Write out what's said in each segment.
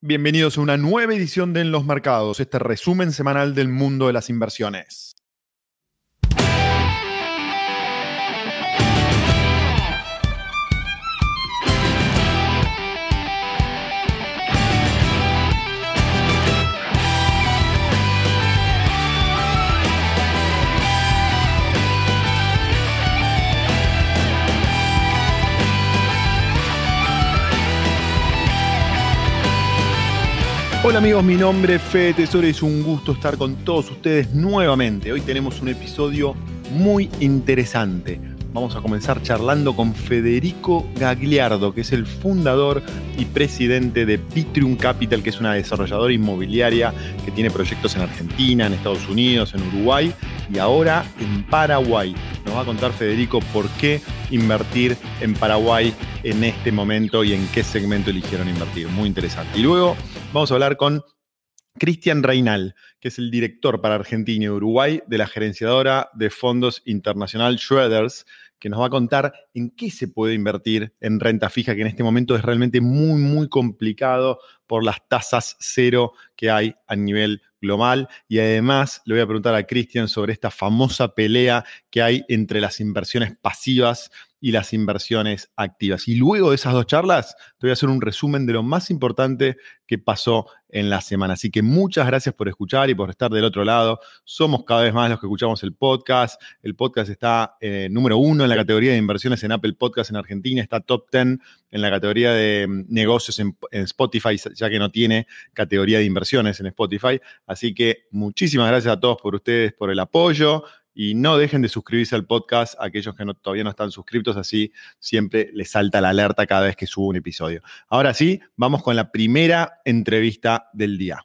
Bienvenidos a una nueva edición de En los Mercados, este resumen semanal del mundo de las inversiones. Hola amigos, mi nombre es Fede Tesoro y es un gusto estar con todos ustedes nuevamente. Hoy tenemos un episodio muy interesante. Vamos a comenzar charlando con Federico Gagliardo, que es el fundador y presidente de Vitrium Capital, que es una desarrolladora inmobiliaria que tiene proyectos en Argentina, en Estados Unidos, en Uruguay y ahora en Paraguay. Nos va a contar Federico por qué invertir en Paraguay en este momento y en qué segmento eligieron invertir. Muy interesante. Y luego vamos a hablar con Cristian Reinal, que es el director para Argentina y Uruguay de la gerenciadora de fondos internacional Schroders, que nos va a contar en qué se puede invertir en renta fija, que en este momento es realmente muy, muy complicado por las tasas cero que hay a nivel global. Y además le voy a preguntar a Cristian sobre esta famosa pelea que hay entre las inversiones pasivas y las inversiones activas. Y luego de esas dos charlas, te voy a hacer un resumen de lo más importante que pasó en la semana. Así que muchas gracias por escuchar y por estar del otro lado. Somos cada vez más los que escuchamos el podcast. El podcast está número 1 en la categoría de inversiones en Apple Podcast en Argentina. Está top 10 en la categoría de negocios en Spotify, ya que no tiene categoría de inversiones en Spotify. Así que muchísimas gracias a todos por ustedes, por el apoyo. Y no dejen de suscribirse al podcast, aquellos que todavía no están suscritos, así siempre les salta la alerta cada vez que subo un episodio. Ahora sí, vamos con la primera entrevista del día.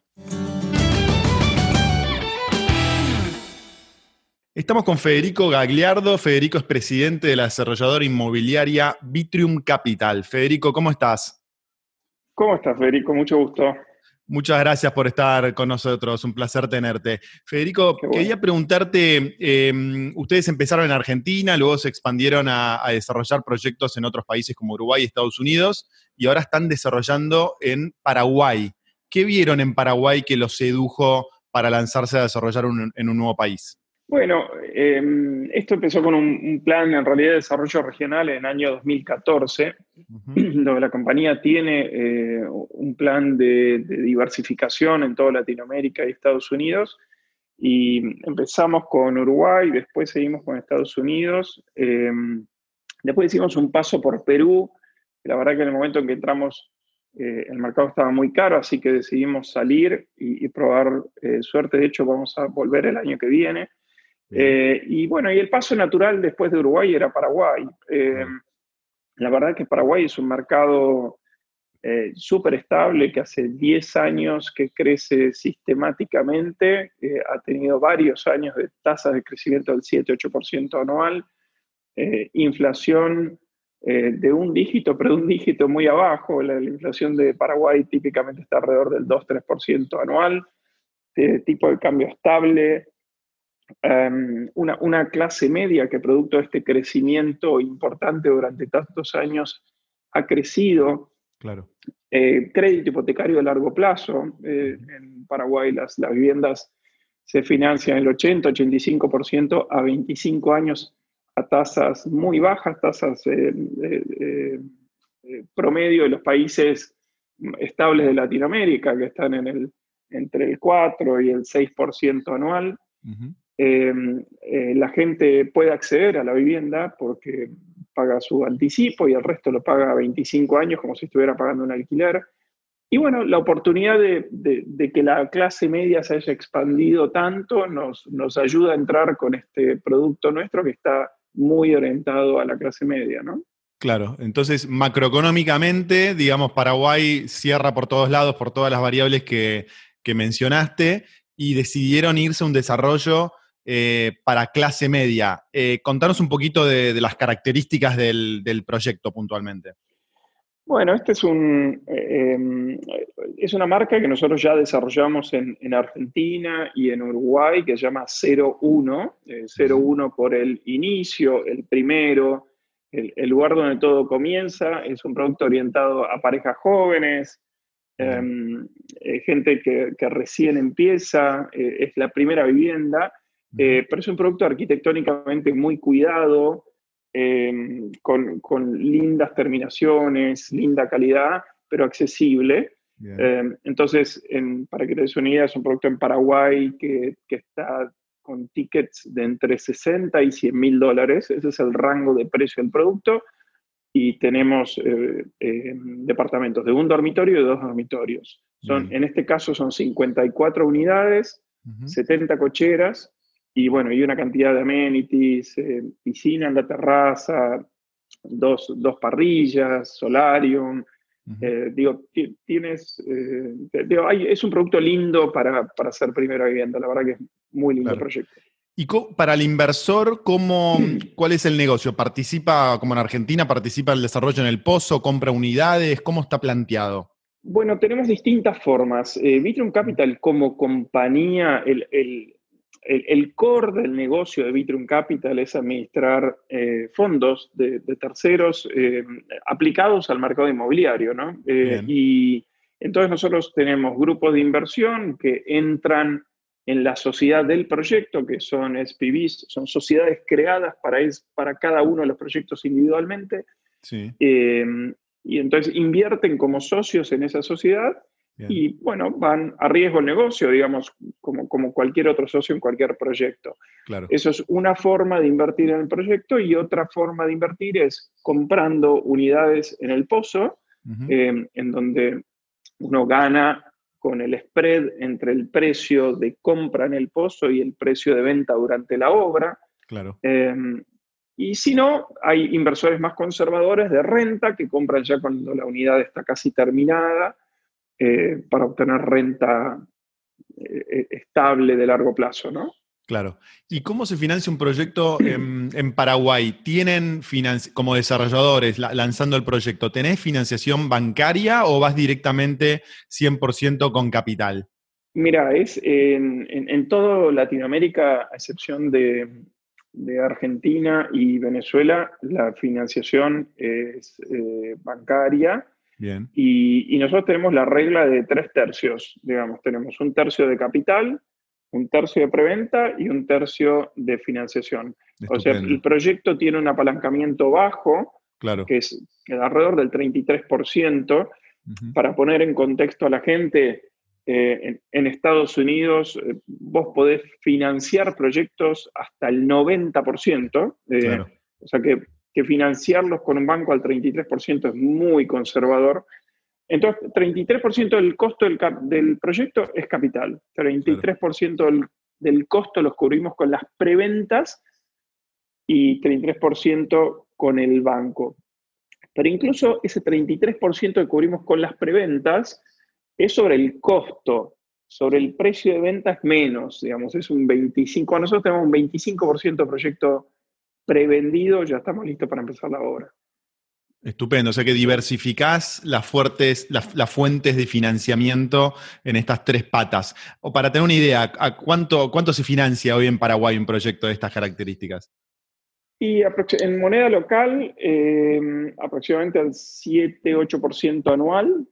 Estamos con Federico Gagliardo. Federico es presidente de la desarrolladora inmobiliaria Vitrium Capital. Federico, ¿cómo estás? ¿Cómo estás, Federico? Mucho gusto. Muchas gracias por estar con nosotros, un placer tenerte. Federico, Qué bueno. Quería preguntarte, ustedes empezaron en Argentina, luego se expandieron a desarrollar proyectos en otros países como Uruguay y Estados Unidos, y ahora están desarrollando en Paraguay. ¿Qué vieron en Paraguay que los sedujo para lanzarse a desarrollar en un nuevo país? Bueno, esto empezó con un plan en realidad de desarrollo regional en el año 2014, donde la compañía tiene un plan de diversificación en toda Latinoamérica y Estados Unidos. Y empezamos con Uruguay, después seguimos con Estados Unidos, después hicimos un paso por Perú. La verdad que en el momento en que entramos el mercado estaba muy caro, así que decidimos salir y probar suerte. De hecho, vamos a volver el año que viene. Y bueno, y el paso natural después de Uruguay era Paraguay. La verdad que Paraguay es un mercado súper estable, que hace 10 años que crece sistemáticamente, ha tenido varios años de tasas de crecimiento del 7-8% anual, inflación de un dígito, pero de un dígito muy abajo. La inflación de Paraguay típicamente está alrededor del 2-3% anual, tipo de cambio estable. Una clase media que producto de este crecimiento importante durante tantos años ha crecido. Claro. Crédito hipotecario de largo plazo. En Paraguay las viviendas se financian el 80-85% a 25 años a tasas muy bajas, tasas promedio de los países estables de Latinoamérica, que están entre el 4 y el 6% anual. La gente puede acceder a la vivienda porque paga su anticipo y el resto lo paga a 25 años como si estuviera pagando un alquiler. Y bueno, la oportunidad de que la clase media se haya expandido tanto nos ayuda a entrar con este producto nuestro que está muy orientado a la clase media, ¿no? Claro, entonces macroeconómicamente, digamos, Paraguay cierra por todos lados, por todas las variables que mencionaste, y decidieron irse a un desarrollo para clase media. Contanos un poquito de las características del proyecto puntualmente. Bueno, este es una marca que nosotros ya desarrollamos en Argentina y en Uruguay, que se llama 01. 01 por el inicio, el primero, el lugar donde todo comienza. Es un producto orientado a parejas jóvenes, Bien. Gente que recién empieza, es la primera vivienda, Ujú. pero es un producto arquitectónicamente muy cuidado, con lindas terminaciones, linda calidad, pero accesible. Bien. Entonces, para que te des una idea, es un producto en Paraguay que está con tickets de entre 60 y 100 mil dólares. Ese es el rango de precio del producto. Y tenemos departamentos de un dormitorio y de 2 dormitorios. Bien. En este caso son 54 unidades, Ujú. 70 cocheras y bueno, y una cantidad de amenities, piscina en la terraza, dos parrillas, solarium. Ujú. Es un producto lindo para hacer primera vivienda, la verdad que es muy lindo Claro. proyecto. Y para el inversor, ¿cuál es el negocio? ¿Participa, como en Argentina, participa el desarrollo en el pozo, compra unidades? ¿Cómo está planteado? Bueno, tenemos distintas formas. Vitrum Capital como compañía, el core del negocio de Vitrum Capital es administrar fondos de terceros aplicados al mercado inmobiliario, ¿no? Bien. Y entonces nosotros tenemos grupos de inversión que entran en la sociedad del proyecto, que son SPVs, son sociedades creadas para cada uno de los proyectos individualmente. Sí. Eh, y entonces invierten como socios en esa sociedad Bien. y, bueno, van a riesgo el negocio, digamos, como cualquier otro socio en cualquier proyecto. Claro. Eso es una forma de invertir en el proyecto y otra forma de invertir es comprando unidades en el pozo, Ujú. en donde uno gana con el spread entre el precio de compra en el pozo y el precio de venta durante la obra. Claro. Eh, y si no, hay inversores más conservadores de renta que compran ya cuando la unidad está casi terminada para obtener renta estable de largo plazo, ¿no? Claro. ¿Y cómo se financia un proyecto en Paraguay? Como desarrolladores lanzando el proyecto, ¿tenés financiación bancaria o vas directamente 100% con capital? Mira, es en toda Latinoamérica, a excepción de Argentina y Venezuela, la financiación es bancaria. Bien. Y nosotros tenemos la regla de 3 tercios, digamos, tenemos un tercio de capital, un tercio de preventa y un tercio de financiación. O sea, Estupendo. el proyecto tiene un apalancamiento bajo, Claro. que es alrededor del 33%. Ujú. Para poner en contexto a la gente, en Estados Unidos vos podés financiar proyectos hasta el 90%, Claro. o sea que financiarlos con un banco al 33% es muy conservador. Entonces, 33% del costo del proyecto es capital, Claro. 33% del costo los cubrimos con las preventas y 33% con el banco. Pero incluso ese 33% que cubrimos con las preventas es sobre el costo, sobre el precio de venta es menos, digamos, es un 25%. Nosotros tenemos un 25% de proyecto prevendido, ya estamos listos para empezar la obra. Estupendo. O sea que diversificás las fuentes de financiamiento en estas tres patas. O para tener una idea, ¿cuánto se financia hoy en Paraguay un proyecto de estas características? Y en moneda local, aproximadamente al 7-8% anual,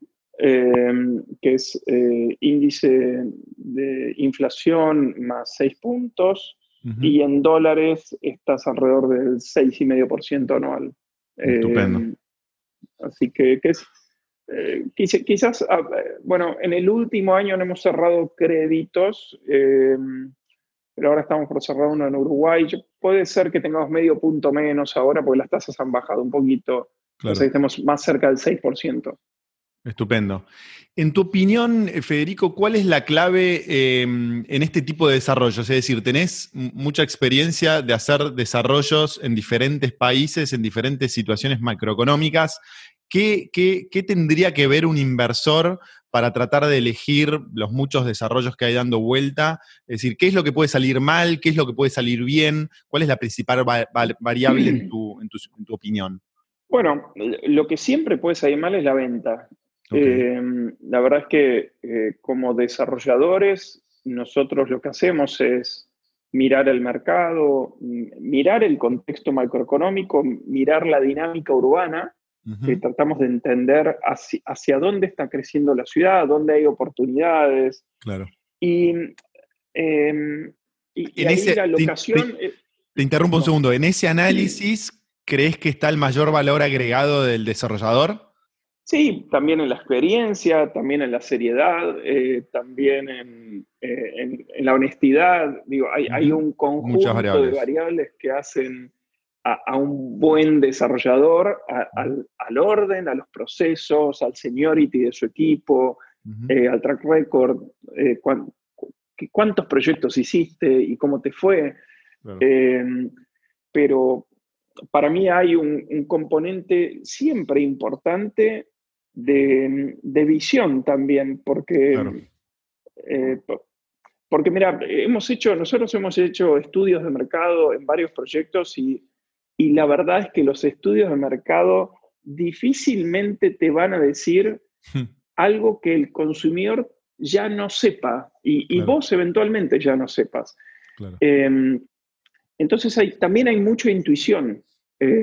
que es índice de inflación más 6 puntos, Ujú. y en dólares estás alrededor del 6,5% anual. Estupendo. Eh, Así que es, quizás, bueno, en el último año no hemos cerrado créditos, pero ahora estamos por cerrar uno en Uruguay. Puede ser que tengamos medio punto menos ahora porque las tasas han bajado un poquito, o sea que Claro. estemos más cerca del 6%. Estupendo. En tu opinión, Federico, ¿cuál es la clave en este tipo de desarrollos? Es decir, tenés mucha experiencia de hacer desarrollos en diferentes países, en diferentes situaciones macroeconómicas. ¿Qué tendría que ver un inversor para tratar de elegir los muchos desarrollos que hay dando vuelta? Es decir, ¿qué es lo que puede salir mal? ¿Qué es lo que puede salir bien? ¿Cuál es la principal variable en tu opinión? Bueno, lo que siempre puede salir mal es la venta. Ok. La verdad es que como desarrolladores, nosotros lo que hacemos es mirar el mercado, mirar el contexto macroeconómico, mirar la dinámica urbana Ujú. tratamos de entender hacia dónde está creciendo la ciudad, dónde hay oportunidades. Claro. Y, em, y En ahí ese, la locación, te interrumpo un no. segundo. ¿En ese análisis crees que está el mayor valor agregado del desarrollador? Sí, también en la experiencia, también en la seriedad, también en la honestidad. Digo, hay Ujú. un Muchas conjunto de variables. variables que hacen a un buen desarrollador, Ujú. al orden, a los procesos, al seniority de su equipo, Ujú. al track record, cuántos proyectos hiciste y cómo te fue. Claro. Eh, pero para mí hay un componente siempre importante de visión también, Claro. eh, porque mira, nosotros hemos hecho estudios de mercado en varios proyectos y la verdad es que los estudios de mercado difícilmente te van a decir algo que el consumidor ya no sepa y Claro, vos eventualmente ya no sepas. claro. Eh, entonces también hay mucha intuición. Eh,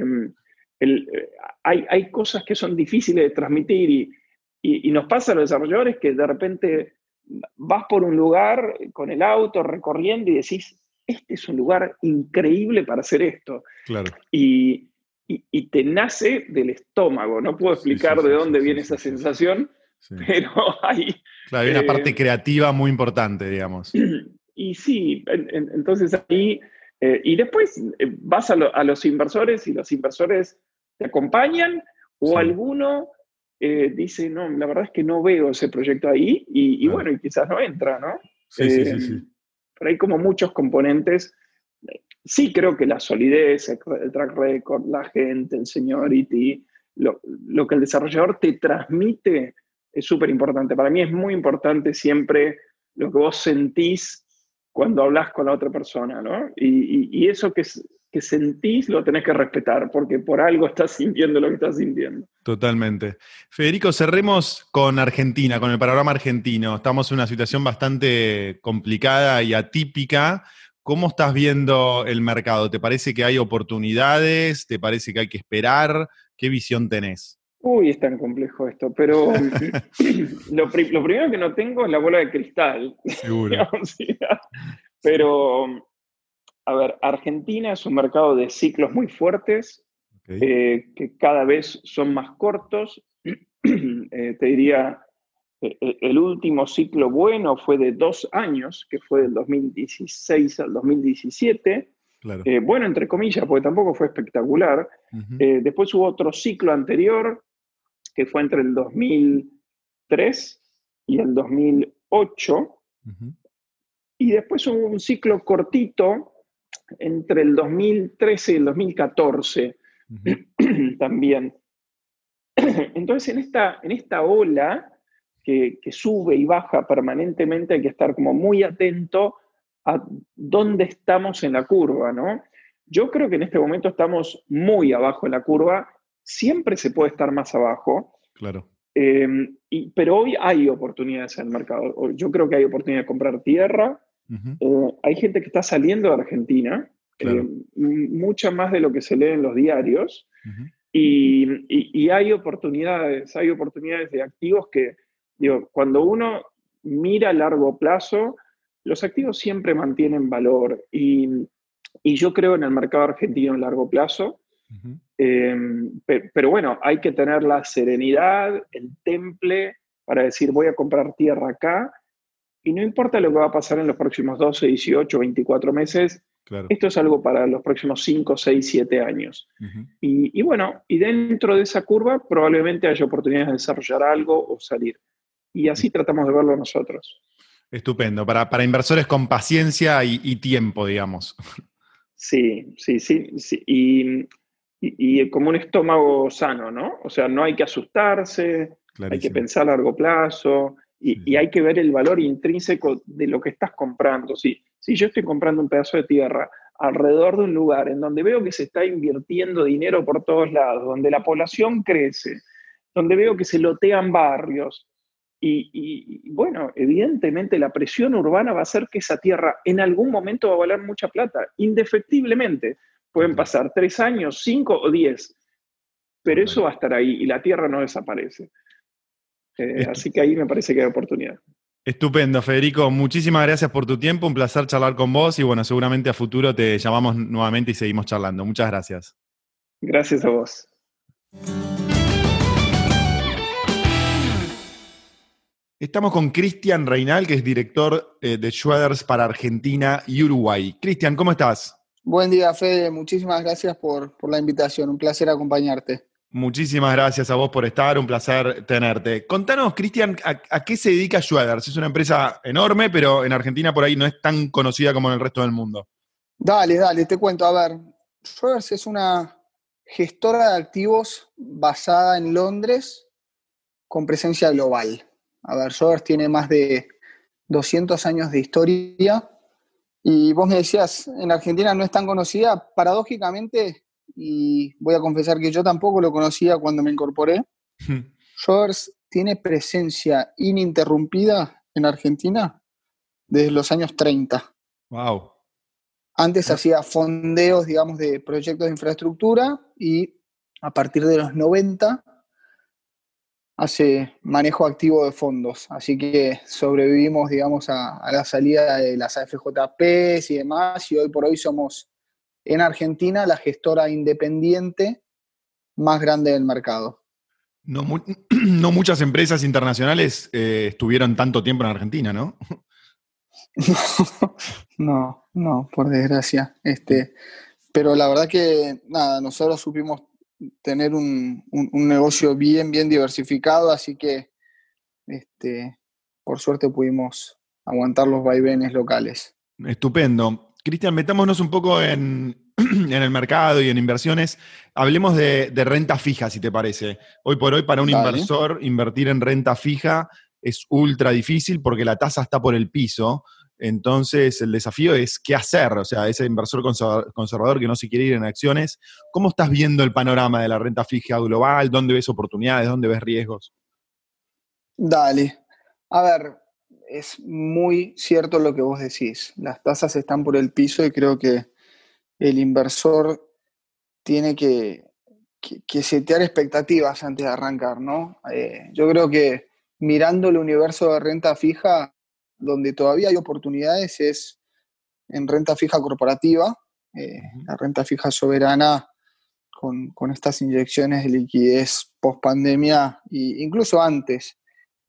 hay cosas que son difíciles de transmitir y nos pasa a los desarrolladores que de repente vas por un lugar con el auto recorriendo y decís, este es un lugar increíble para hacer esto. Claro. Y, y te nace del estómago. No puedo Sí, sí, explicar de sí, sí, dónde sí, viene sí, esa sí, sí. sensación, Sí. pero hay... Claro, hay una eh, parte creativa muy importante, digamos. y sí, entonces ahí, y después vas a los inversores y los inversores te acompañan o Sí, alguno dice, no, la verdad es que no veo ese proyecto ahí y claro. bueno, y quizás no entra, ¿no? Sí, sí, Eh, sí, sí. pero hay como muchos componentes. Sí creo que la solidez, el track record, la gente, el seniority, lo que el desarrollador te transmite es súper importante. Para mí es muy importante siempre lo que vos sentís cuando hablas con la otra persona, ¿no? Y eso que sentís lo tenés que respetar, porque por algo estás sintiendo lo que estás sintiendo. Totalmente. Federico, cerremos con Argentina, con el panorama argentino. Estamos en una situación bastante complicada y atípica. ¿Cómo estás viendo el mercado? ¿Te parece que hay oportunidades? ¿Te parece que hay que esperar? ¿Qué visión tenés? Uy, es tan complejo esto, pero lo primero que no tengo es la bola de cristal. Seguro. Digamos, ¿sí? Pero, a ver, Argentina es un mercado de ciclos muy fuertes, Ok, que cada vez son más cortos. Te diría, el último ciclo bueno fue de 2 años, que fue del 2016 al 2017. claro. Bueno, entre comillas, porque tampoco fue espectacular. Ujú. Después hubo otro ciclo anterior, que fue entre el 2003 y el 2008. Ujú. Y después hubo un ciclo cortito entre el 2013 y el 2014 Ujú. también. Entonces, en esta ola que sube y baja permanentemente, hay que estar como muy atento a dónde estamos en la curva, ¿no? Yo creo que en este momento estamos muy abajo en la curva, siempre se puede estar más abajo, Claro. pero hoy hay oportunidades en el mercado. Yo creo que hay oportunidad de comprar tierra. Ujú. Hay gente que está saliendo de Argentina, Claro. mucha más de lo que se lee en los diarios. Ujú. Y hay oportunidades de activos que, digo, cuando uno mira a largo plazo, los activos siempre mantienen valor. Y yo creo en el mercado argentino a largo plazo. Ujú. Eh, pero bueno, hay que tener la serenidad, el temple para decir voy a comprar tierra acá y no importa lo que va a pasar en los próximos 12, 18, 24 meses, Claro. esto es algo para los próximos 5, 6, 7 años. Ujú. Y bueno, y dentro de esa curva probablemente haya oportunidades de desarrollar algo o salir. Y así tratamos de verlo nosotros. Estupendo. Para inversores con paciencia y tiempo, digamos. Sí, sí, sí, sí. Y como un estómago sano, ¿no? O sea, no hay que asustarse, hay que Clarísimo. pensar a largo plazo Sí, y sí. hay que ver el valor intrínseco de lo que estás comprando. Si yo estoy comprando un pedazo de tierra alrededor de un lugar en donde veo que se está invirtiendo dinero por todos lados, donde la población crece, donde veo que se lotean barrios, bueno, evidentemente la presión urbana va a hacer que esa tierra en algún momento va a valer mucha plata, indefectiblemente. Pueden Total. pasar 3 años, 5 o 10, pero Total. eso va a estar ahí y la tierra no desaparece. Estu- Así que ahí me parece que hay oportunidad. Estupendo, Federico. Muchísimas gracias por tu tiempo. Un placer charlar con vos y bueno, seguramente a futuro te llamamos nuevamente y seguimos charlando. Muchas gracias. Gracias a vos. Estamos con Cristian Reinal, que es director de Schroders para Argentina y Uruguay. Cristian, ¿cómo estás? Buen día, Fede. Muchísimas gracias por la invitación. Un placer acompañarte. Muchísimas gracias a vos por estar, un placer tenerte. Contanos, Cristian, ¿a qué se dedica Schroders? Es una empresa enorme, pero en Argentina por ahí no es tan conocida como en el resto del mundo. Dale, te cuento. A ver, Schroders es una gestora de activos basada en Londres con presencia global. A ver, Schroders tiene más de 200 años de historia y vos me decías, en Argentina no es tan conocida, paradójicamente, y voy a confesar que yo tampoco lo conocía cuando me incorporé. Schroders tiene presencia ininterrumpida en Argentina desde los años 30. Wow. Antes hacía fondeos, digamos, de proyectos de infraestructura y a partir de los 90 hace manejo activo de fondos. Así que sobrevivimos, digamos, a la salida de las AFJPs y demás, y hoy por hoy somos en Argentina la gestora independiente más grande del mercado. No, no muchas empresas internacionales estuvieron tanto tiempo en Argentina, ¿no? No, por desgracia. Pero la verdad que, nada, nosotros supimos tener un negocio bien diversificado, así que, por suerte pudimos aguantar los vaivenes locales. Estupendo. Cristian, metámonos un poco en el mercado y en inversiones. Hablemos de renta fija, si te parece. Hoy por hoy, para un Dale. inversor, invertir en renta fija es ultra difícil porque la tasa está por el piso. Entonces, el desafío es qué hacer. O sea, ese inversor conservador que no se quiere ir en acciones, ¿cómo estás viendo el panorama de la renta fija global? ¿Dónde ves oportunidades? ¿Dónde ves riesgos? Dale. A ver, es muy cierto lo que vos decís. Las tasas están por el piso y creo que el inversor tiene que setear expectativas antes de arrancar, ¿no? Yo creo que mirando el universo de renta fija, donde todavía hay oportunidades es en renta fija corporativa, la renta fija soberana con estas inyecciones de liquidez post pandemia e incluso antes.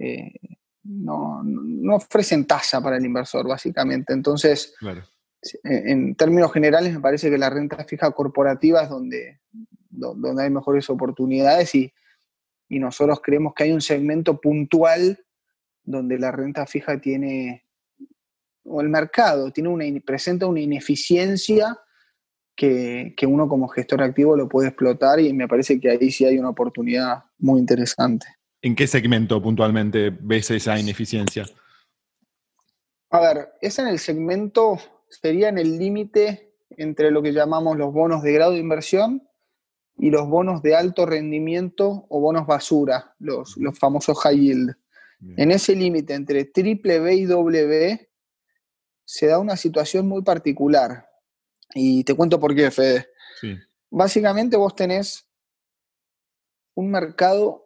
No ofrecen tasa para el inversor, básicamente. Entonces, Claro. en términos generales, me parece que la renta fija corporativa es donde hay mejores oportunidades y nosotros creemos que hay un segmento puntual donde la renta fija tiene, o el mercado presenta una ineficiencia que uno como gestor activo lo puede explotar y me parece que ahí sí hay una oportunidad muy interesante. ¿En qué segmento puntualmente ves esa ineficiencia? A ver, es en el segmento, sería en el límite entre lo que llamamos los bonos de grado de inversión y los bonos de alto rendimiento o bonos basura, los famosos high yield. Bien. En ese límite entre triple B y doble B se da una situación muy particular. Y te cuento por qué, Fede. Sí. Básicamente vos tenés un mercado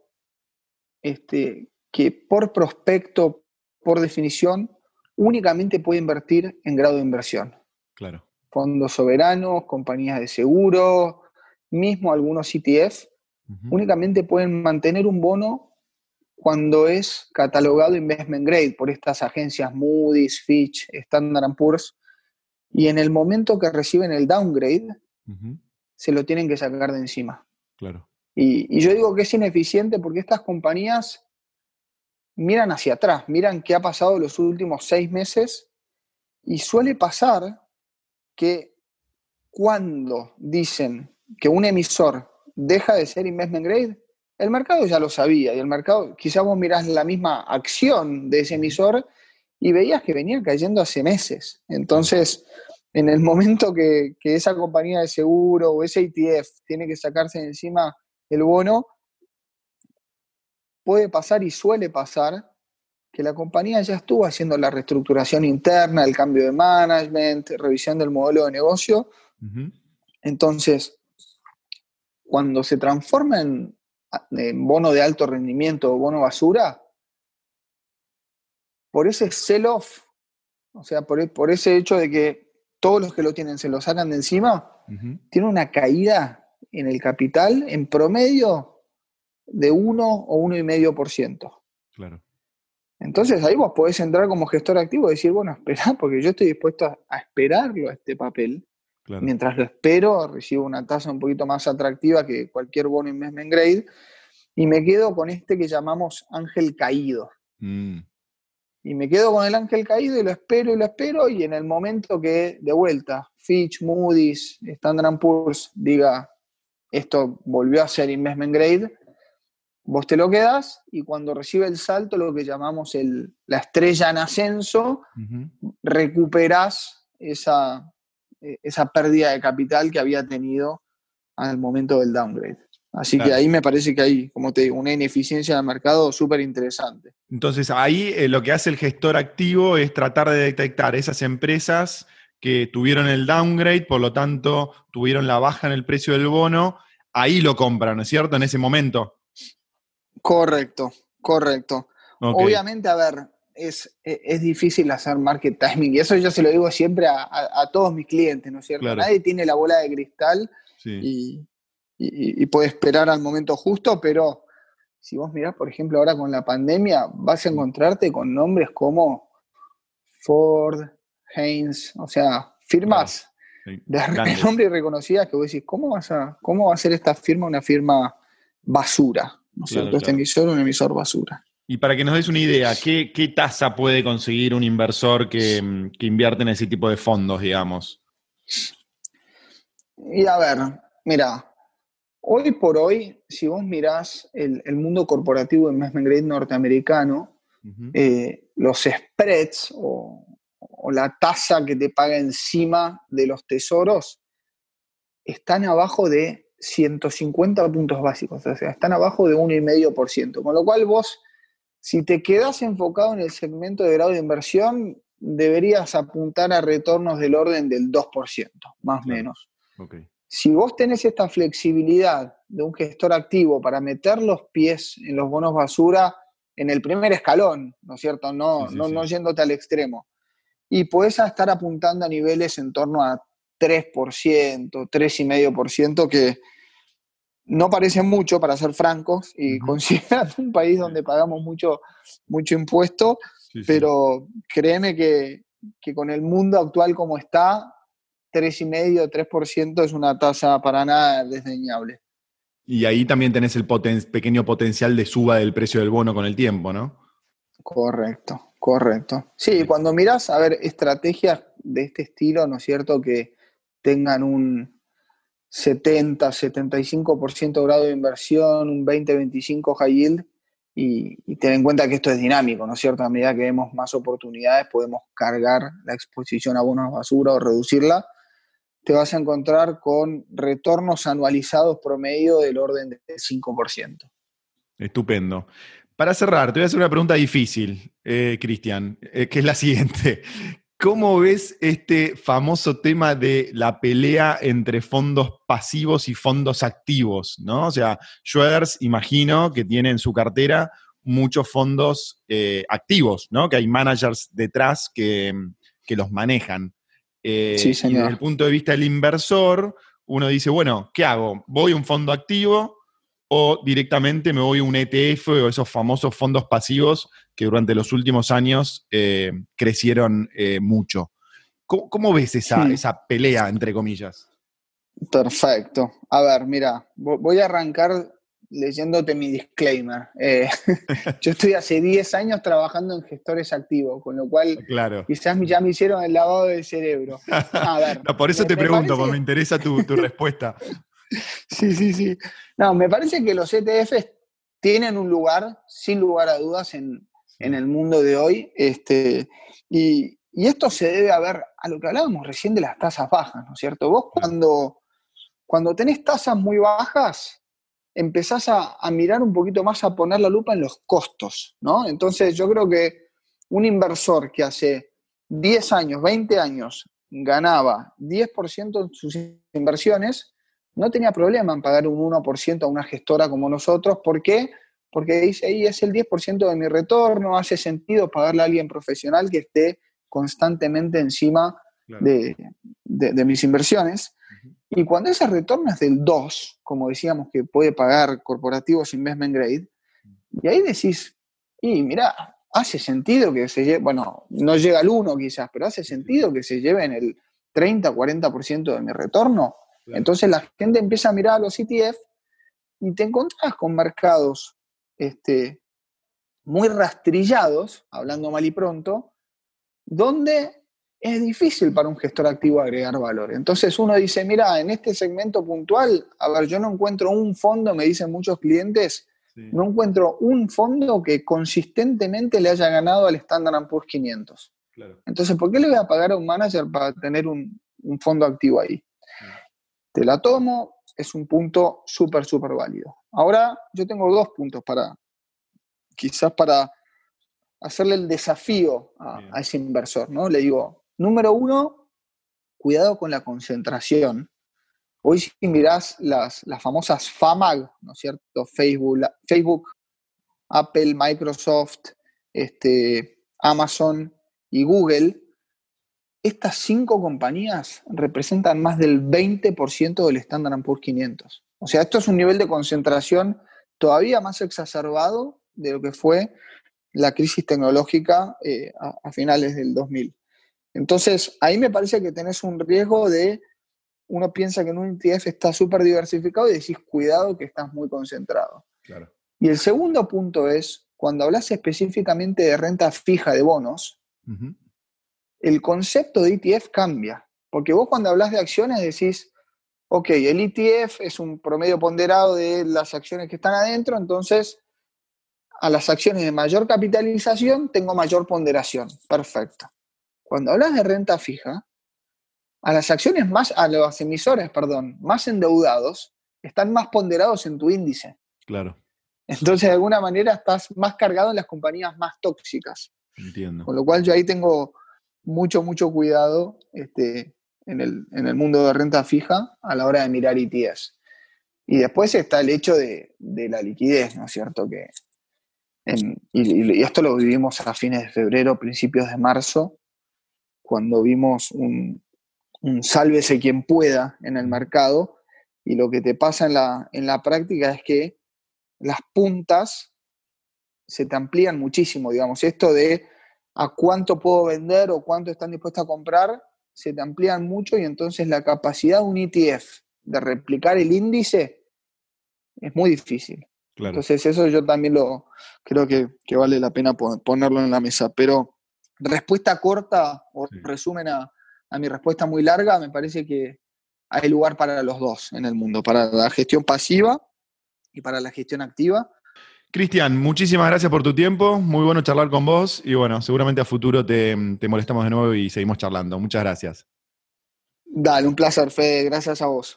que por prospecto, por definición, únicamente puede invertir en grado de inversión. Claro. Fondos soberanos, compañías de seguro, mismo algunos ETF, únicamente pueden mantener un bono cuando es catalogado investment grade por estas agencias Moody's, Fitch, Standard & Poor's, y en el momento que reciben el downgrade, se lo tienen que sacar de encima. Claro. Y yo digo que es ineficiente porque estas compañías miran hacia atrás, miran qué ha pasado los últimos 6 meses y suele pasar que cuando dicen que un emisor deja de ser investment grade, el mercado ya lo sabía y el mercado, quizás vos mirás la misma acción de ese emisor y veías que venía cayendo hace meses. Entonces, en el momento que esa compañía de seguro o ese ETF tiene que sacarse de encima el bono, puede pasar y suele pasar que la compañía ya estuvo haciendo la reestructuración interna, el cambio de management, revisión del modelo de negocio. Entonces, cuando se transforma en bono de alto rendimiento o bono basura, por ese sell-off, o sea, por ese hecho de que todos los que lo tienen se lo sacan de encima, tiene una caída en el capital en promedio de 1 o 1,5%. Claro. Entonces ahí vos podés entrar como gestor activo y decir, bueno, esperá, porque yo estoy dispuesto a esperarlo a este papel. Claro. Mientras lo espero, recibo una tasa un poquito más atractiva que cualquier bono investment grade y me quedo con este que llamamos ángel caído. Y me quedo con el ángel caído y lo espero y en el momento que de vuelta Fitch, Moody's, Standard & Poor's diga esto volvió a ser investment grade, vos te lo quedás y cuando recibe el salto, lo que llamamos la estrella en ascenso, recuperás esa pérdida de capital que había tenido al momento del downgrade. Así claro. Que ahí me parece que hay, como te digo, una ineficiencia del mercado súper interesante. Entonces ahí lo que hace el gestor activo es tratar de detectar esas empresas que tuvieron el downgrade, por lo tanto tuvieron la baja en el precio del bono, ahí lo compran, ¿no es cierto? En ese momento. Correcto. Okay. Obviamente, a ver, es difícil hacer market timing, y eso yo se lo digo siempre a todos mis clientes, ¿no es cierto? Claro. Nadie tiene la bola de cristal y puede esperar al momento justo, pero si vos mirás, por ejemplo, ahora con la pandemia, vas a encontrarte con nombres como Ford, Heinz, o sea, firmas de renombre y reconocidas que vos decís, ¿cómo va a ser esta firma una firma basura? ¿No es cierto? Este emisor es un emisor basura. Y para que nos des una idea, ¿qué tasa puede conseguir un inversor que invierte en ese tipo de fondos, digamos? Y a ver, mira, hoy por hoy, si vos mirás el mundo corporativo de investment grade norteamericano, los spreads o la tasa que te paga encima de los tesoros están abajo de 150 puntos básicos, o sea, están abajo de 1,5%, con lo cual vos, si te quedás enfocado en el segmento de grado de inversión, deberías apuntar a retornos del orden del 2%, más o menos. Okay. Si vos tenés esta flexibilidad de un gestor activo para meter los pies en los bonos basura en el primer escalón, ¿no es cierto? No yéndote al extremo, y podés estar apuntando a niveles en torno a 3%, 3,5%, que no parecen mucho, para ser francos, y considerando un país donde pagamos mucho impuesto, pero créeme que con el mundo actual como está, 3,5%, 3% es una tasa para nada desdeñable. Y ahí también tenés el pequeño potencial de suba del precio del bono con el tiempo, ¿no? Correcto. Sí, cuando mirás, a ver, estrategias de este estilo, ¿no es cierto?, que tengan un 70-75% grado de inversión, un 20-25% high yield, y ten en cuenta que esto es dinámico, ¿no es cierto? A medida que vemos más oportunidades, podemos cargar la exposición a bonos basura o reducirla. Te vas a encontrar con retornos anualizados promedio del orden del 5%. Estupendo. Para cerrar, te voy a hacer una pregunta difícil, Cristian, que es la siguiente. ¿Cómo ves este famoso tema de la pelea entre fondos pasivos y fondos activos, ¿no? O sea, Schroders, imagino que tiene en su cartera muchos fondos activos, ¿no? Que hay managers detrás que los manejan. Sí, señor. Y desde el punto de vista del inversor, uno dice, bueno, ¿qué hago? ¿Voy a un fondo activo o directamente me voy a un ETF o esos famosos fondos pasivos que durante los últimos años crecieron mucho? ¿Cómo ves esa pelea, entre comillas? Perfecto. A ver, mira, voy a arrancar leyéndote mi disclaimer. Yo estoy hace 10 años trabajando en gestores activos, con lo cual quizás ya me hicieron el lavado del cerebro. A ver, no, por eso te pregunto, porque me interesa tu respuesta. Sí. No, me parece que los ETFs tienen un lugar, sin lugar a dudas, en el mundo de hoy. Y esto se debe a lo que hablábamos recién de las tasas bajas, ¿no es cierto? Vos cuando tenés tasas muy bajas, empezás a mirar un poquito más, a poner la lupa en los costos, ¿no? Entonces yo creo que un inversor que hace 10 años, 20 años, ganaba 10% en sus inversiones, no tenía problema en pagar un 1% a una gestora como nosotros. ¿Por qué? Porque dice, ahí es el 10% de mi retorno, hace sentido pagarle a alguien profesional que esté constantemente encima Claro. de mis inversiones. Y cuando ese retorno es del 2, como decíamos que puede pagar corporativos investment grade, y ahí decís, y mirá, hace sentido que se lleve, bueno, no llega al 1 quizás, pero hace sentido que se lleven el 30-40% de mi retorno. Claro. Entonces la gente empieza a mirar a los ETF y te encontrás con mercados muy rastrillados, hablando mal y pronto, donde es difícil para un gestor activo agregar valor. Entonces uno dice, mira, en este segmento puntual, a ver, yo no encuentro un fondo, me dicen muchos clientes, no encuentro un fondo que consistentemente le haya ganado al Standard & Poor's 500. Claro. Entonces, ¿por qué le voy a pagar a un manager para tener un fondo activo ahí? Te la tomo, es un punto súper, súper válido. Ahora, yo tengo 2 puntos quizás para hacerle el desafío a ese inversor, ¿no? Le digo, número 1, cuidado con la concentración. Hoy si mirás las famosas FAMAG, ¿no es cierto? Facebook, Apple, Microsoft, Amazon y Google, estas 5 compañías representan más del 20% del Standard & Poor's 500. O sea, esto es un nivel de concentración todavía más exacerbado de lo que fue la crisis tecnológica a finales del 2000. Entonces, ahí me parece que tenés un riesgo de, uno piensa que en un ETF está súper diversificado y decís, cuidado que estás muy concentrado. Claro. Y el segundo punto es, cuando hablas específicamente de renta fija de bonos, el concepto de ETF cambia. Porque vos cuando hablas de acciones decís, ok, el ETF es un promedio ponderado de las acciones que están adentro, entonces a las acciones de mayor capitalización tengo mayor ponderación. Perfecto. Cuando hablas de renta fija, a los emisores, más endeudados, están más ponderados en tu índice. Claro. Entonces, de alguna manera, estás más cargado en las compañías más tóxicas. Entiendo. Con lo cual, yo ahí tengo mucho, mucho cuidado en el mundo de renta fija a la hora de mirar ETFs. Y después está el hecho de la liquidez, ¿no es cierto? Y esto lo vivimos a fines de febrero, principios de marzo, cuando vimos un sálvese quien pueda en el mercado, y lo que te pasa en la práctica es que las puntas se te amplían muchísimo, digamos. Esto de a cuánto puedo vender o cuánto están dispuestos a comprar, se te amplían mucho, y entonces la capacidad de un ETF de replicar el índice es muy difícil. Claro. Entonces eso yo también creo que vale la pena ponerlo en la mesa. Pero respuesta corta o resumen a mi respuesta muy larga, me parece que hay lugar para los dos en el mundo, para la gestión pasiva y para la gestión activa. Cristian, muchísimas gracias por tu tiempo, muy bueno charlar con vos, y bueno, seguramente a futuro te molestamos de nuevo y seguimos charlando. Muchas gracias. Dale, un placer, Fede, gracias a vos.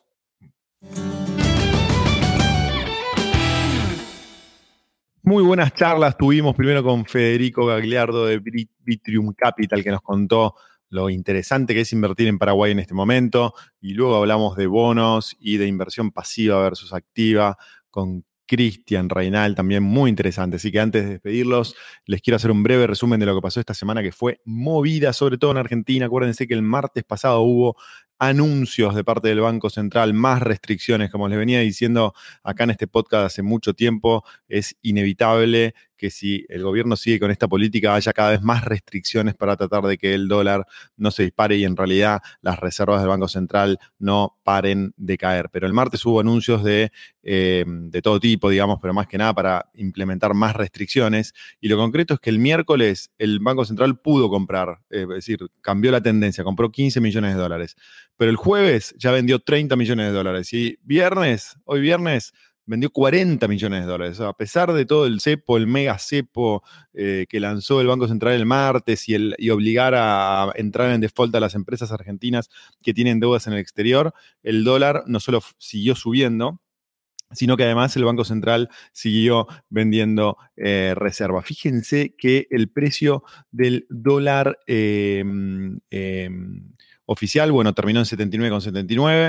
Muy buenas charlas tuvimos primero con Federico Gagliardo de Vitrium Capital, que nos contó lo interesante que es invertir en Paraguay en este momento, y luego hablamos de bonos y de inversión pasiva versus activa con Cristian Reinal, también muy interesante. Así que antes de despedirlos, les quiero hacer un breve resumen de lo que pasó esta semana, que fue movida, sobre todo en Argentina. Acuérdense que el martes pasado hubo anuncios de parte del Banco Central, más restricciones, como les venía diciendo acá en este podcast hace mucho tiempo. Es inevitable que si el gobierno sigue con esta política haya cada vez más restricciones para tratar de que el dólar no se dispare y en realidad las reservas del Banco Central no paren de caer. Pero el martes hubo anuncios de todo tipo, digamos, pero más que nada para implementar más restricciones. Y lo concreto es que el miércoles el Banco Central pudo comprar, es decir, cambió la tendencia, compró 15 millones de dólares. Pero el jueves ya vendió 30 millones de dólares. Y hoy viernes, vendió 40 millones de dólares. O sea, a pesar de todo el cepo, el mega cepo que lanzó el Banco Central el martes y obligar a entrar en default a las empresas argentinas que tienen deudas en el exterior, el dólar no solo siguió subiendo, sino que además el Banco Central siguió vendiendo reservas. Fíjense que el precio del dólar oficial, bueno, terminó en 79,79,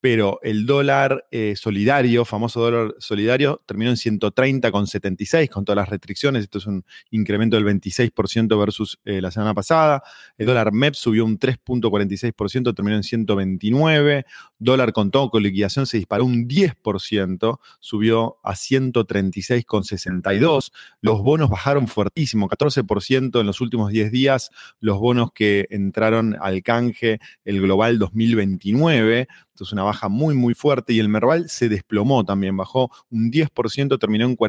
pero el dólar solidario, famoso dólar solidario, terminó en 130,76 con todas las restricciones. Esto es un incremento del 26% versus la semana pasada. El dólar MEP subió un 3,46%, terminó en 129. Dólar con todo, con liquidación, se disparó un 10%, subió a 136,62. Los bonos bajaron fuertísimo, 14% en los últimos 10 días. Los bonos que entraron al canje, el Global 2029, entonces una baja muy, muy fuerte, y el Merval se desplomó también, bajó un 10%, terminó en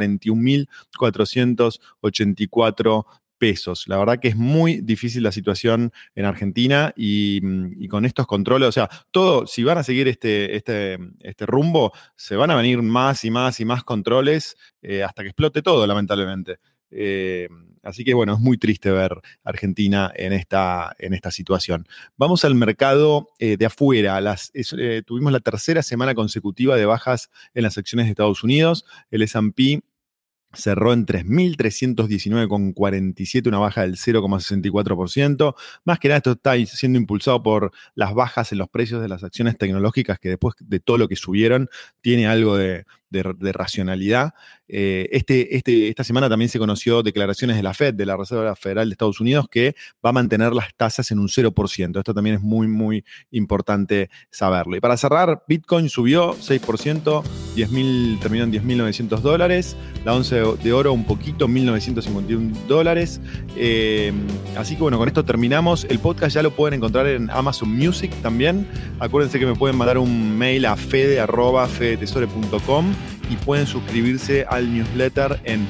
41.484 pesos. La verdad que es muy difícil la situación en Argentina y con estos controles, o sea, todo, si van a seguir este rumbo, se van a venir más y más y más controles hasta que explote todo, lamentablemente. Así que bueno, es muy triste ver Argentina en esta situación. Vamos al mercado de afuera. Tuvimos la tercera semana consecutiva de bajas en las acciones de Estados Unidos. El S&P cerró en 3.319,47, una baja del 0,64%. Más que nada esto está siendo impulsado por las bajas en los precios de las acciones tecnológicas, que después de todo lo que subieron, tiene algo de racionalidad. Esta semana también se conoció declaraciones de la Fed, de la Reserva Federal de Estados Unidos, que va a mantener las tasas en un 0%. Esto también es muy, muy importante saberlo. Y para cerrar, Bitcoin subió 6%, terminó en $10.900. La once de oro un poquito, $1.951. Así que bueno, con esto terminamos. El podcast ya lo pueden encontrar en Amazon Music también. Acuérdense que me pueden mandar un mail a fede@fedetesore.com y pueden suscribirse al newsletter en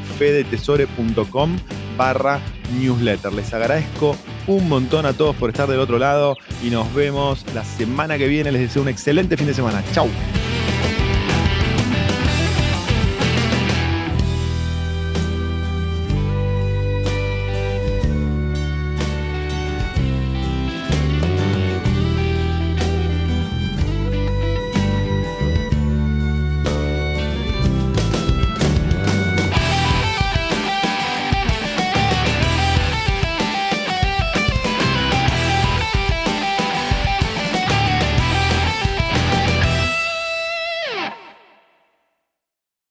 fedetesore.com/newsletter. Les agradezco un montón a todos por estar del otro lado y nos vemos la semana que viene. Les deseo un excelente fin de semana. Chau.